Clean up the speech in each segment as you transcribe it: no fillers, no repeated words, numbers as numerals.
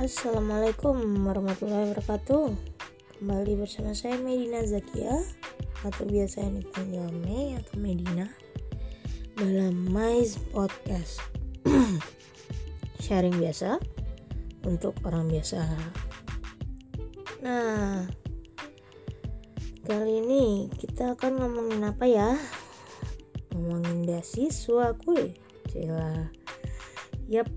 Assalamualaikum warahmatullahi wabarakatuh. Kembali bersama saya Medina Zakia, atau biasa yang dipanggil Mei atau Medina, dalam Mais Podcast. Sharing biasa untuk orang biasa. Nah, kali ini kita akan ngomongin apa ya? Ngomongin beasiswa kuy. Cila. Yap.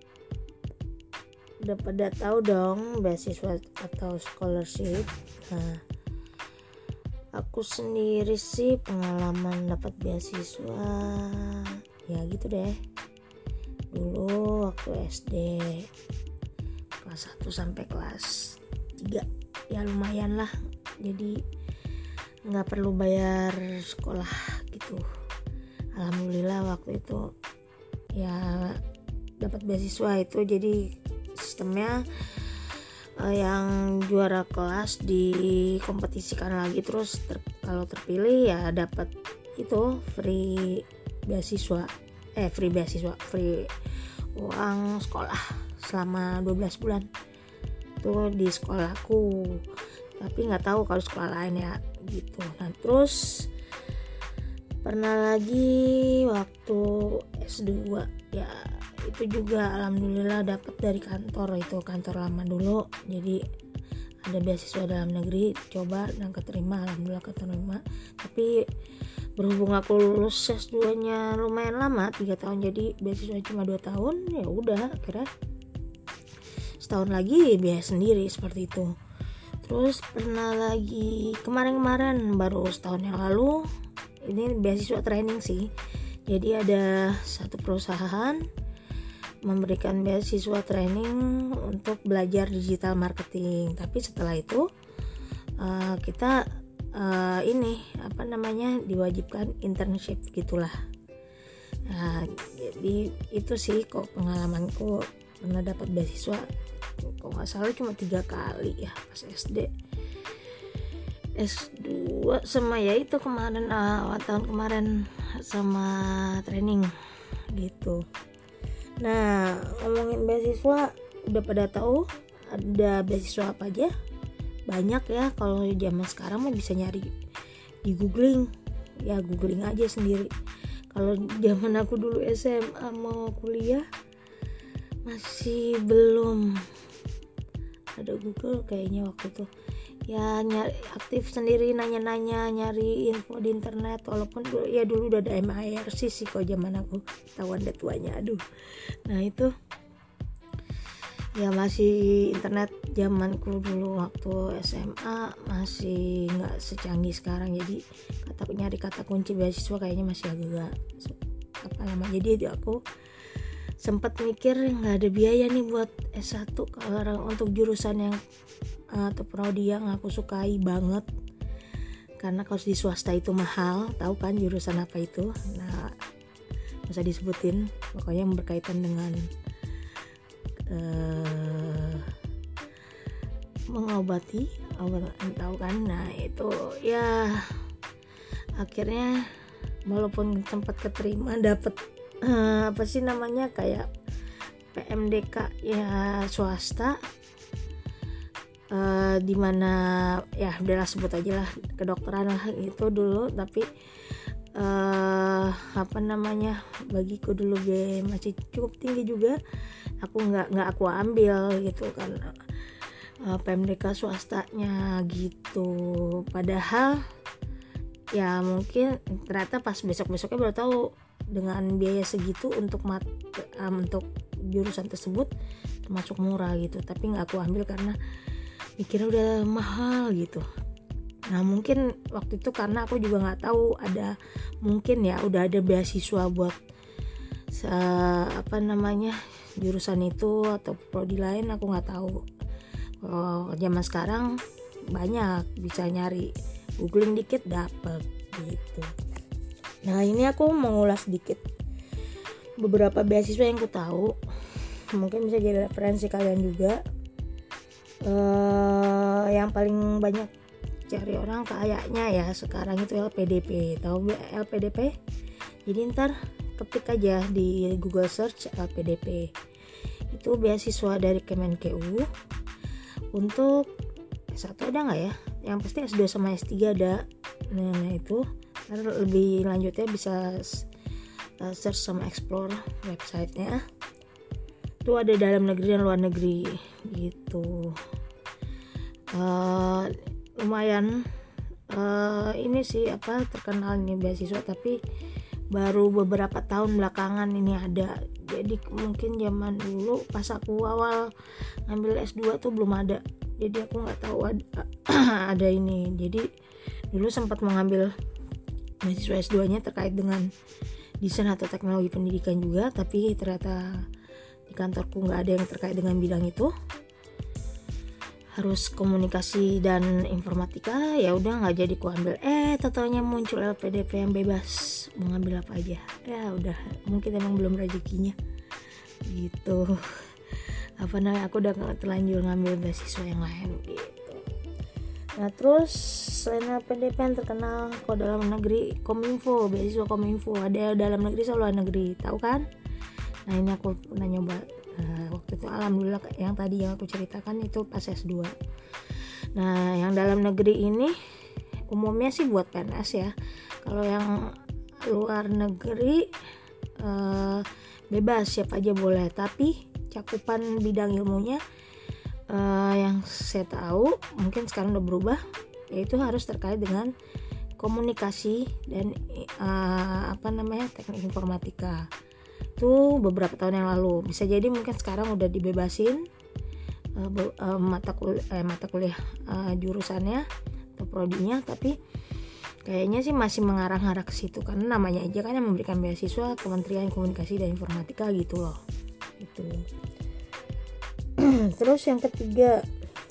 Udah pada tahu dong beasiswa atau scholarship. Nah, aku sendiri sih pengalaman dapat beasiswa ya gitu deh. Dulu waktu SD kelas 1 sampai kelas 3 ya lumayan lah. Jadi nggak perlu bayar sekolah gitu. Alhamdulillah waktu itu ya dapat beasiswa itu. Jadi sistemnya yang juara kelas dikompetisikan lagi, terus kalau terpilih ya dapat itu free uang sekolah selama 12 bulan itu di sekolahku, tapi nggak tahu kalau sekolah lain ya gitu. Nah terus pernah lagi waktu S2 ya, itu juga alhamdulillah dapat dari kantor lama dulu. Jadi ada beasiswa dalam negeri, coba dan keterima, alhamdulillah keterima. Tapi berhubung aku lulus S2-nya lumayan lama, 3 tahun, jadi beasiswa cuma 2 tahun, ya udah akhirnya setahun lagi biaya sendiri seperti itu. Terus pernah lagi kemarin baru setahun yang lalu, ini beasiswa training sih. Jadi ada satu perusahaan memberikan beasiswa training untuk belajar digital marketing. Tapi setelah itu kita diwajibkan internship gitulah. Nah, jadi itu sih kok pengalamanku pernah dapat beasiswa. Kok nggak salah cuma 3 kali ya pas SD. S2 sama ya itu kemarin tahun kemarin sama training gitu. Nah, ngomongin beasiswa, udah pada tahu ada beasiswa apa aja? Banyak ya. Kalau zaman sekarang mah bisa nyari di googling aja sendiri. Kalau zaman aku dulu SMA mau kuliah masih belum ada Google kayaknya waktu itu. Ya nyari aktif sendiri, nanya-nanya, nyari info di internet. Walaupun dulu udah ada MIRC sih kalau zaman aku, tahuan deh tuanya, aduh. Nah itu ya masih internet zamanku dulu waktu SMA masih nggak secanggih sekarang. Jadi nyari kata kunci beasiswa kayaknya masih agak lama. Jadi aku sempat mikir nggak ada biaya nih buat S1 kalau untuk jurusan yang atau prodi yang aku sukai banget, karena kalau di swasta itu mahal, tahu kan jurusan apa itu. Nah nggak usah disebutin, pokoknya yang berkaitan dengan mengobati, tahu kan. Nah itu ya akhirnya walaupun sempat keterima dapat kayak PMDK ya swasta, dimana ya udahlah sebut aja lah kedokteran lah itu dulu. Tapi bagiku dulu masih cukup tinggi juga, aku nggak aku ambil gitu kan, PMDK swastanya gitu. Padahal ya mungkin ternyata pas besoknya baru tahu dengan biaya segitu untuk jurusan tersebut termasuk murah gitu. Tapi nggak aku ambil karena mikirnya udah mahal gitu. Nah mungkin waktu itu karena aku juga nggak tahu ada, mungkin ya udah ada beasiswa buat jurusan itu atau prodi lain, aku nggak tahu. Zaman sekarang banyak, bisa nyari, googling dikit dapet gitu. Nah ini aku mau ngulas sedikit beberapa beasiswa yang aku tahu, mungkin bisa jadi referensi kalian juga. Yang paling banyak cari orang kayaknya ya sekarang itu LPDP. Tahu LPDP? Jadi ntar ketik aja di Google search LPDP. itu beasiswa dari Kemenkeu untuk S1 ada nggak ya? Yang pasti S2 sama S3 ada. Nah itu lebih lanjutnya bisa search sama explore websitenya. Itu ada dalam negeri dan luar negeri gitu. Lumayan ini sih terkenal nih beasiswa, tapi baru beberapa tahun belakangan ini ada. Jadi mungkin zaman dulu pas aku awal ngambil S2 tuh belum ada, jadi aku nggak tahu ada ini. Jadi dulu sempat mengambil beasiswa S2 nya terkait dengan desain atau teknologi pendidikan juga, tapi ternyata di kantorku nggak ada yang terkait dengan bidang itu, harus komunikasi dan informatika. Ya udah nggak jadi ku ambil. Totalnya muncul LPDP yang bebas, mau ngambil apa aja. Ya udah, mungkin emang belum rezekinya gitu. Aku udah terlanjur ngambil beasiswa yang lain gitu. Nah terus selain LPDP yang terkenal kalau dalam negeri, Kominfo, beasiswa Kominfo ada dalam negeri sama luar negeri, tahu kan? Nah ini aku pernah nyoba waktu itu, alhamdulillah yang tadi yang aku ceritakan itu pas S2. Nah yang dalam negeri ini umumnya sih buat PNS ya. Kalau yang luar negeri bebas, siapa aja boleh, tapi cakupan bidang ilmunya yang saya tahu mungkin sekarang udah berubah, yaitu harus terkait dengan komunikasi dan teknik informatika. Itu beberapa tahun yang lalu. Bisa jadi mungkin sekarang udah dibebasin mata kuliah jurusannya atau prodinya, tapi kayaknya sih masih mengarah-arah ke situ, karena namanya aja kan yang memberikan beasiswa Kementerian Komunikasi dan Informatika gitu loh. Gitu. Terus yang ketiga,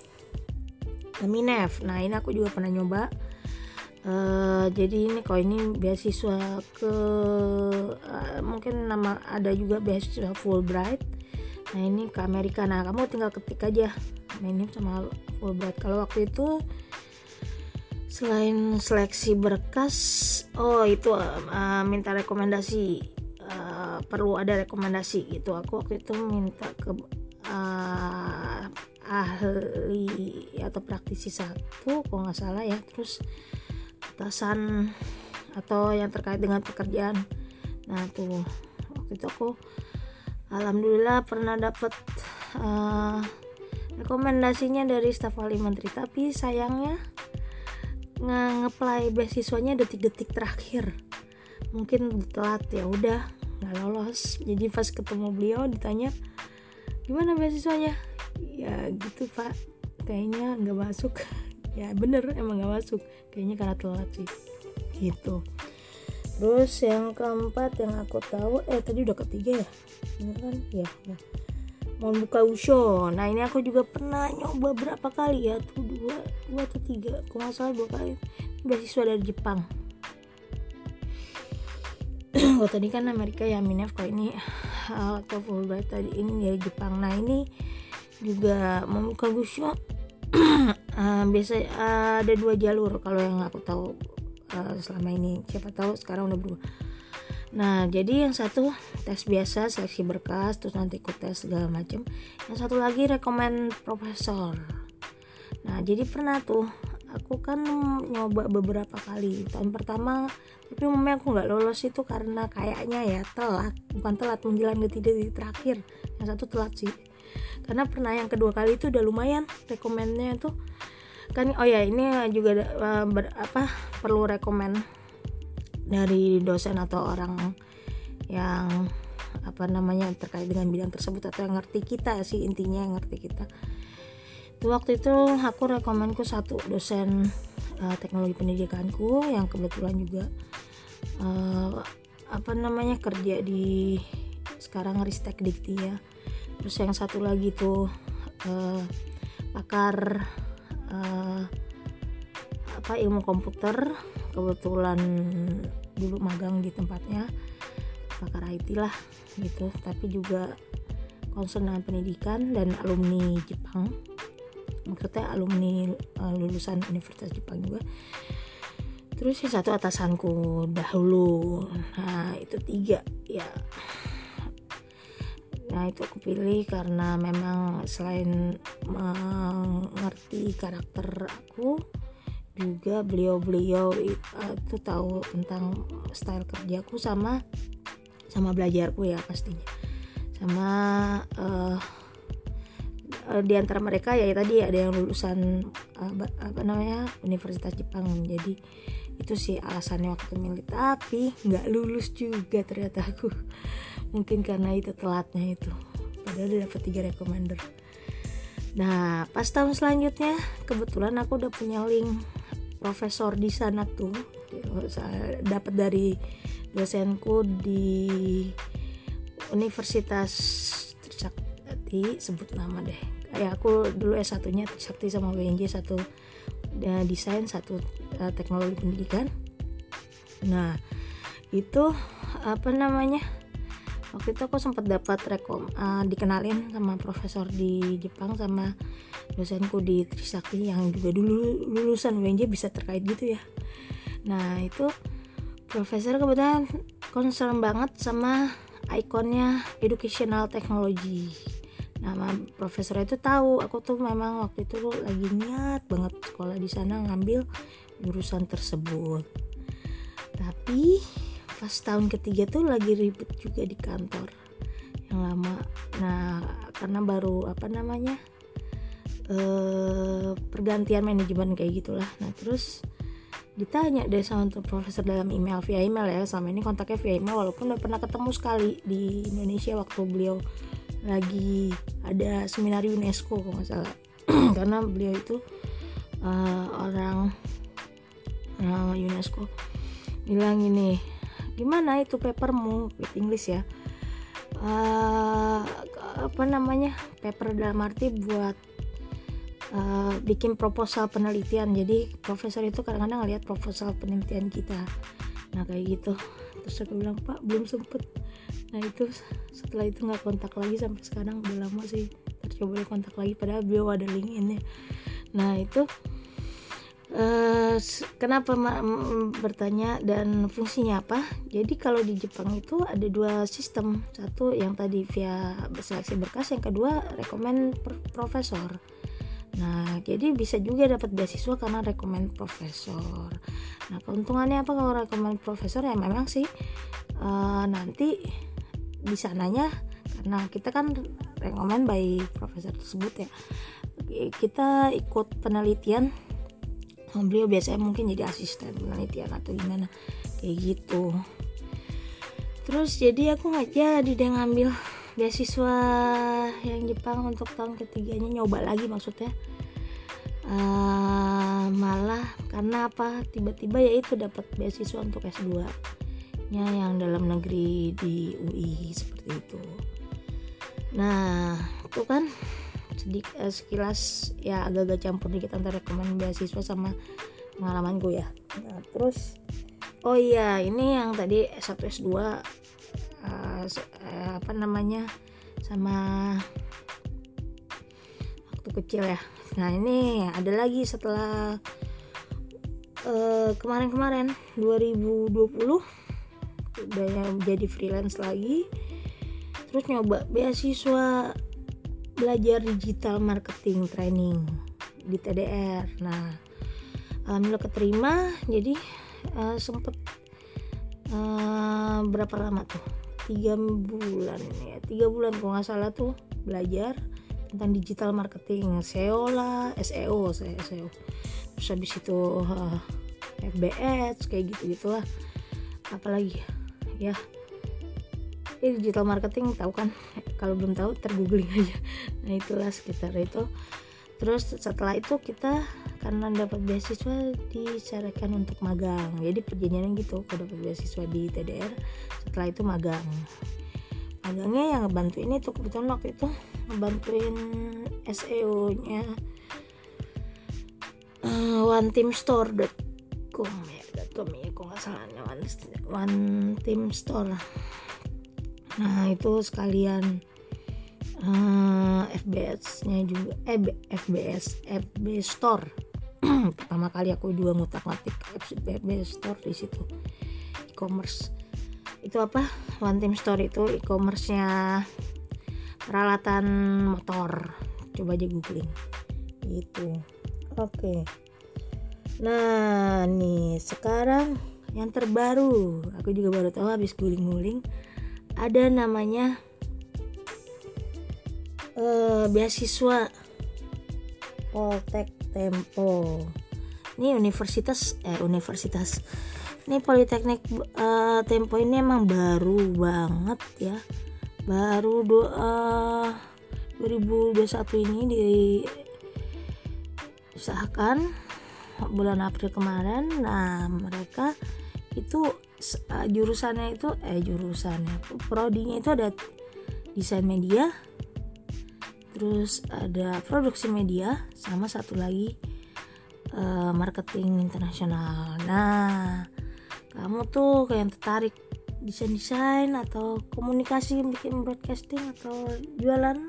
Minef. Nah ini aku juga pernah nyoba. Jadi ini beasiswa ke mungkin nama ada juga beasiswa Fulbright. Nah ini ke Amerika. Nah kamu tinggal ketik aja Minef sama Fulbright. Kalau waktu itu selain seleksi berkas, itu minta rekomendasi, perlu ada rekomendasi gitu. Aku waktu itu minta ke ahli atau praktisi satu kalau nggak salah ya, terus atasan atau yang terkait dengan pekerjaan. Nah tuh waktu itu aku alhamdulillah pernah dapat rekomendasinya dari staf ahli menteri, tapi sayangnya nge-apply beasiswanya detik-detik terakhir, mungkin telat, ya udah nggak lolos. Jadi pas ketemu beliau ditanya gimana beasiswanya, ya gitu Pak, kayaknya nggak masuk. Ya bener, emang nggak masuk kayaknya karena telat sih gitu. Terus yang keempat yang aku tahu, tadi udah ketiga ya, ini kan ya. Mau buka USHO. Nah ini aku juga pernah nyoba berapa kali ya, tuh dua atau tiga, kalau nggak salah 2 kali. Beasiswa dari Jepang. Kalau tadi kan Amerika ya Minef, kalau ini atau Fulbright tadi ini dari Jepang. Nah ini juga mau buka USHO. Biasa ada 2 jalur kalau yang aku tahu selama ini, siapa tahu sekarang udah berubah. Nah jadi yang satu tes biasa, seleksi berkas, terus nanti ikut tes segala macam. Yang satu lagi rekomen profesor. Nah jadi pernah tuh aku kan nyoba beberapa kali. Tahun pertama tapi umumnya aku nggak lolos itu karena kayaknya ya telat, bukan telat, menjelang detik-detik terakhir. Yang satu telat sih, karena pernah yang kedua kali itu udah lumayan rekomennya itu kan. Ini juga perlu rekomen dari dosen atau orang yang terkait dengan bidang tersebut, atau yang ngerti kita sih, intinya yang ngerti kita. Itu waktu itu aku rekomenku satu dosen teknologi pendidikanku yang kebetulan juga kerja di sekarang Ristek Dikti ya. Terus yang satu lagi tuh pakar ilmu komputer, kebetulan dulu magang di tempatnya, pakar IT lah gitu, tapi juga concern dengan pendidikan dan alumni Jepang, maksudnya alumni lulusan Universitas Jepang juga. Terus yang satu atasanku dahulu. Nah itu 3 ya. Nah itu aku pilih karena memang selain mengerti karakter aku, juga beliau itu tahu tentang style kerjaku sama belajarku ya pastinya. Sama di antara mereka ya tadi ada yang lulusan Universitas Jepang. Jadi itu sih alasannya waktu milih, tapi nggak lulus juga ternyata aku. Mungkin karena itu telatnya itu, padahal udah dapat 3 recommender. Nah pas tahun selanjutnya kebetulan aku udah punya link profesor di sana tuh, dapat dari dosenku di Universitas Trisakti, sebut nama deh. Kayak aku dulu S1-nya Trisakti sama WNJ, satu desain, satu teknologi pendidikan. Nah itu waktu itu aku sempat dapat dikenalin sama profesor di Jepang sama dosenku di Trisakti yang juga dulu lulusan WNJ, bisa terkait gitu ya. Nah itu profesor kebetulan concern banget sama ikonnya educational technology. Nama profesor itu tahu aku tuh memang waktu itu lagi niat banget sekolah di sana, ngambil jurusan tersebut. Tapi pas tahun ketiga tuh lagi ribet juga di kantor yang lama. Nah karena baru pergantian manajemen kayak gitulah. Nah terus ditanya deh sama profesor dalam via email ya, sama ini kontaknya via email, walaupun udah pernah ketemu sekali di Indonesia waktu beliau lagi ada seminar UNESCO kalau nggak salah. Karena beliau itu orang UNESCO, bilang ini, gimana itu papermu, with English ya, paper dalam arti buat bikin proposal penelitian. Jadi profesor itu kadang-kadang ngeliat proposal penelitian kita. Nah kayak gitu. Terus aku bilang, Pak belum sempet. Nah itu setelah itu nggak kontak lagi sampai sekarang, udah lama sih. Tercoba kontak lagi, padahal beliau ada LinkedIn-nya. Nah itu kenapa bertanya dan fungsinya apa? Jadi kalau di Jepang itu ada 2 sistem. Satu yang tadi via seleksi berkas, yang kedua rekomen profesor. Nah jadi bisa juga dapat beasiswa karena rekomen profesor. Nah keuntungannya apa kalau rekomen profesor? Ya memang sih nanti di sananya, karena kita kan rekomen by profesor tersebut ya, kita ikut penelitian, beliau biasanya mungkin jadi asisten penelitian atau gimana kayak gitu. Terus jadi aku nggak jadi deh ngambil beasiswa yang Jepang untuk tahun ketiganya, nyoba lagi maksudnya. Malah karena apa, tiba-tiba ya itu dapat beasiswa untuk S2 nya yang dalam negeri di UI seperti itu. Nah itu kan sekilas ya agak-agak campur dikit antara rekomen beasiswa sama pengalamanku ya. Nah, terus ini yang tadi S1 S2 sama waktu kecil ya. Nah ini ada lagi setelah kemarin 2020 udah jadi freelance lagi, terus nyoba beasiswa belajar digital marketing training di TDR. Nah alhamdulillah keterima. Jadi sempet berapa lama tuh, 3 bulan ya, 3 bulan kalau nggak salah tuh belajar tentang digital marketing, SEO lah, SEO. Terus habis itu FBS kayak gitu-gitulah. Apalagi ya digital marketing tahu kan, kalau belum tahu tergoogling aja. Nah itulah sekitar itu. Terus setelah itu kita karena dapat beasiswa disyaratkan untuk magang, jadi perjanjiannya gitu, kalau dapat beasiswa di TDR setelah itu magangnya yang ngebantuin itu, kebetulan waktu itu ngebantuin SEO nya oneteamstore.com ya kalau nggak salah, One Team Store. Nah itu sekalian FBS-nya juga FB Store. Pertama kali aku juga ngutak-ngatik FB Store di situ, e-commerce. Itu apa? One Team Store itu e-commerce-nya peralatan motor, coba aja googling gitu. Oke. Nah nih sekarang yang terbaru, aku juga baru tahu habis guling-guling, ada namanya beasiswa Poltek Tempo. Ini universitas. Ini Politeknik Tempo ini emang baru banget ya. Baru 2021 ini diusahakan bulan April kemarin. Nah, mereka itu prodinya itu ada desain media, terus ada produksi media, sama satu lagi marketing internasional. Nah, kamu tuh kayak tertarik desain atau komunikasi, bikin broadcasting atau jualan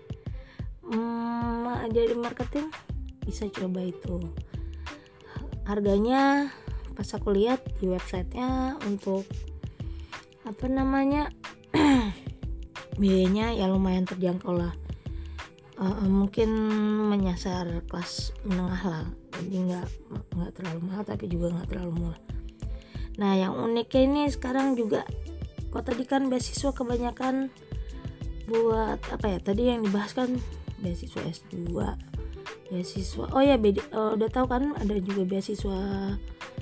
jadi marketing, bisa coba itu. Harganya pas aku lihat di websitenya untuk biayanya ya lumayan terjangkau lah. Mungkin menyasar kelas menengah lah, jadi nggak terlalu mahal tapi juga nggak terlalu murah. Nah yang uniknya ini sekarang juga, kok tadi kan beasiswa kebanyakan buat tadi yang dibahas kan beasiswa S2, beasiswa udah tahu kan ada juga beasiswa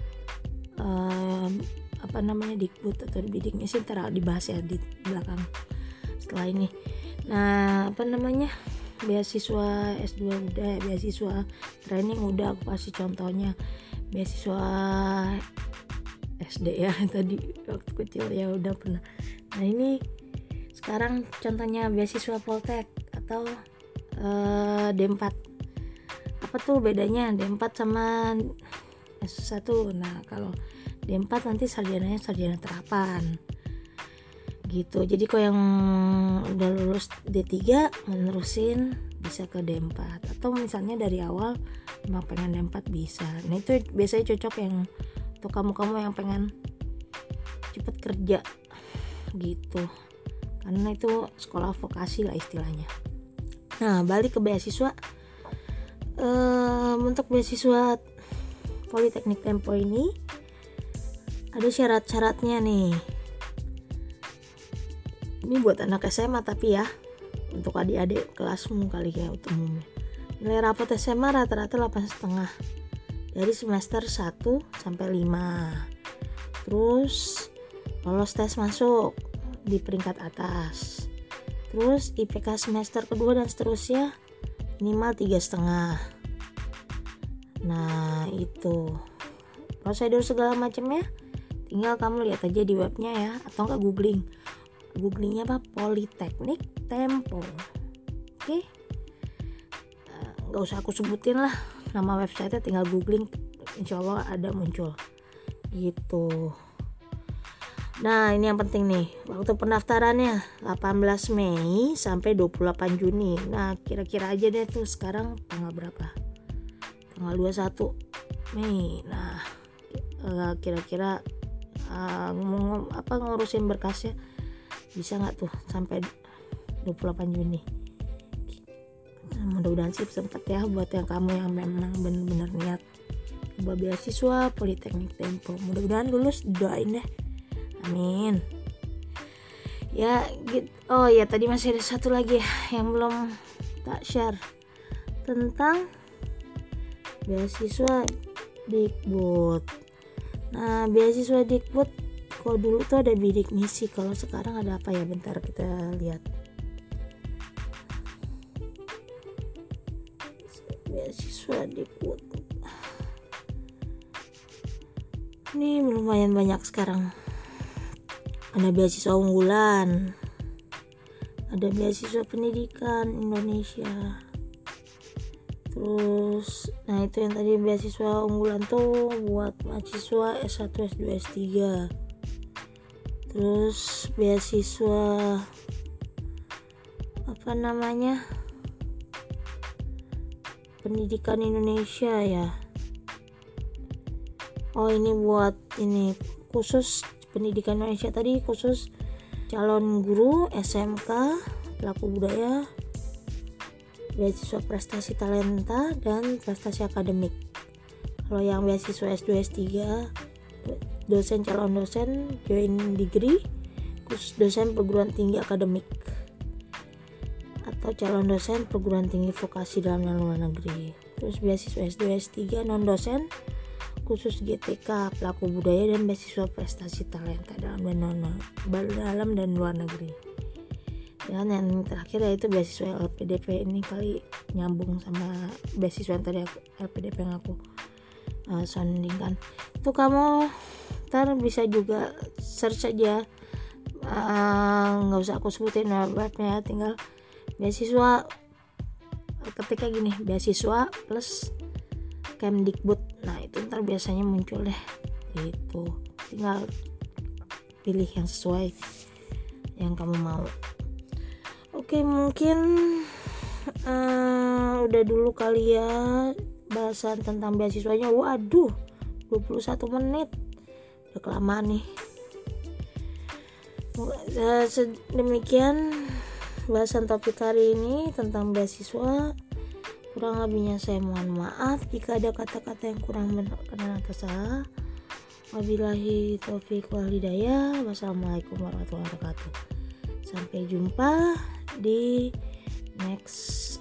Dikbud atau Bidiknya sih ntar dibahas ya di belakang setelah ini. Nah beasiswa S2 udah, beasiswa training udah, aku kasih contohnya beasiswa SD ya tadi waktu kecil ya udah pernah. Nah ini sekarang contohnya beasiswa Poltek atau D4. Apa tuh bedanya D4 sama S1? Nah kalau D4 nanti sarjananya sarjana terapan gitu. Jadi kalau yang udah lulus D3 menerusin bisa ke D4, atau misalnya dari awal emang pengen D4 bisa. Nah itu biasanya cocok yang untuk kamu yang pengen cepet kerja gitu, karena itu sekolah vokasi lah istilahnya. Nah balik ke beasiswa, untuk beasiswa Politeknik Tempo ini ada syarat-syaratnya nih. Ini buat anak SMA tapi ya, untuk adik-adik kelasmu kali ya umumnya. Nilai rapot SMA rata-rata 8,5 dari semester 1 sampai 5. Terus lolos tes masuk di peringkat atas. Terus IPK semester kedua dan seterusnya minimal 3,5. Nah itu prosedur segala macamnya tinggal kamu lihat aja di webnya ya, atau enggak googlingnya Politeknik Tempo. Oke. Nggak usah aku sebutin lah nama website-nya, tinggal googling, insya Allah ada muncul gitu. Nah ini yang penting nih, waktu pendaftarannya 18 Mei sampai 28 Juni. Nah kira-kira aja deh tuh sekarang tanggal berapa? Tanggal 21 Mei. Nah kira-kira ngurusin berkasnya bisa nggak tuh sampai 28 Juni? Mudah-mudahan sih sempet ya buat yang kamu yang memang benar-benar niat coba beasiswa Politeknik Tempo. Mudah-mudahan lulus, doain deh, amin ya gitu. Oh ya tadi masih ada satu lagi yang belum tak share tentang beasiswa Dikbud. Nah beasiswa Dikbud, kalau dulu tuh ada bidik misi, kalau sekarang ada apa ya? Bentar kita lihat. Beasiswa Dikbud ini lumayan banyak sekarang. Ada beasiswa unggulan, ada beasiswa pendidikan Indonesia. Terus nah itu yang tadi beasiswa unggulan tuh buat mahasiswa S1, S2, S3. Terus beasiswa pendidikan Indonesia ya. Oh ini buat ini khusus pendidikan Indonesia, tadi khusus calon guru SMK pelaku budaya, beasiswa prestasi talenta, dan prestasi akademik. Kalau yang beasiswa S2 S3, dosen calon dosen join degree, khusus dosen perguruan tinggi akademik, atau calon dosen perguruan tinggi vokasi dalam dan luar negeri. Terus beasiswa S2 S3 non dosen, khusus GTK pelaku budaya, dan beasiswa prestasi talenta dalam dan luar negeri. Dan yang terakhir yaitu beasiswa LPDP. Ini kali nyambung sama beasiswa yang tadi LPDP yang aku soundingkan. Itu kamu ntar bisa juga search aja, nggak usah aku sebutin webnya, tinggal beasiswa, ketika gini beasiswa plus Kemdikbud. Nah itu ntar biasanya muncul deh gitu, tinggal pilih yang sesuai yang kamu mau. Oke, mungkin udah dulu kali ya bahasan tentang beasiswanya. Waduh, 21 menit, udah kelamaan nih. Demikian bahasan topik hari ini tentang beasiswa. Kurang lebihnya saya mohon maaf jika ada kata-kata yang kurang berkenan atau salah. Wabillahi taufiq wal hidayah. Wassalamualaikum warahmatullahi wabarakatuh. Sampai jumpa di next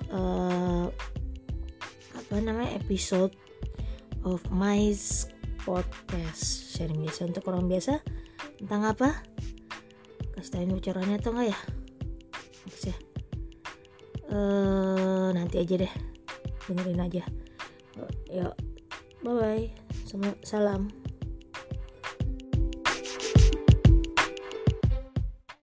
episode of my podcast, sharing biasa untuk orang biasa. Tentang apa? Kasih tahu bocorannya atau enggak ya? Bagus ya. Nanti aja deh, dengerin aja. Yuk, bye bye. Salam.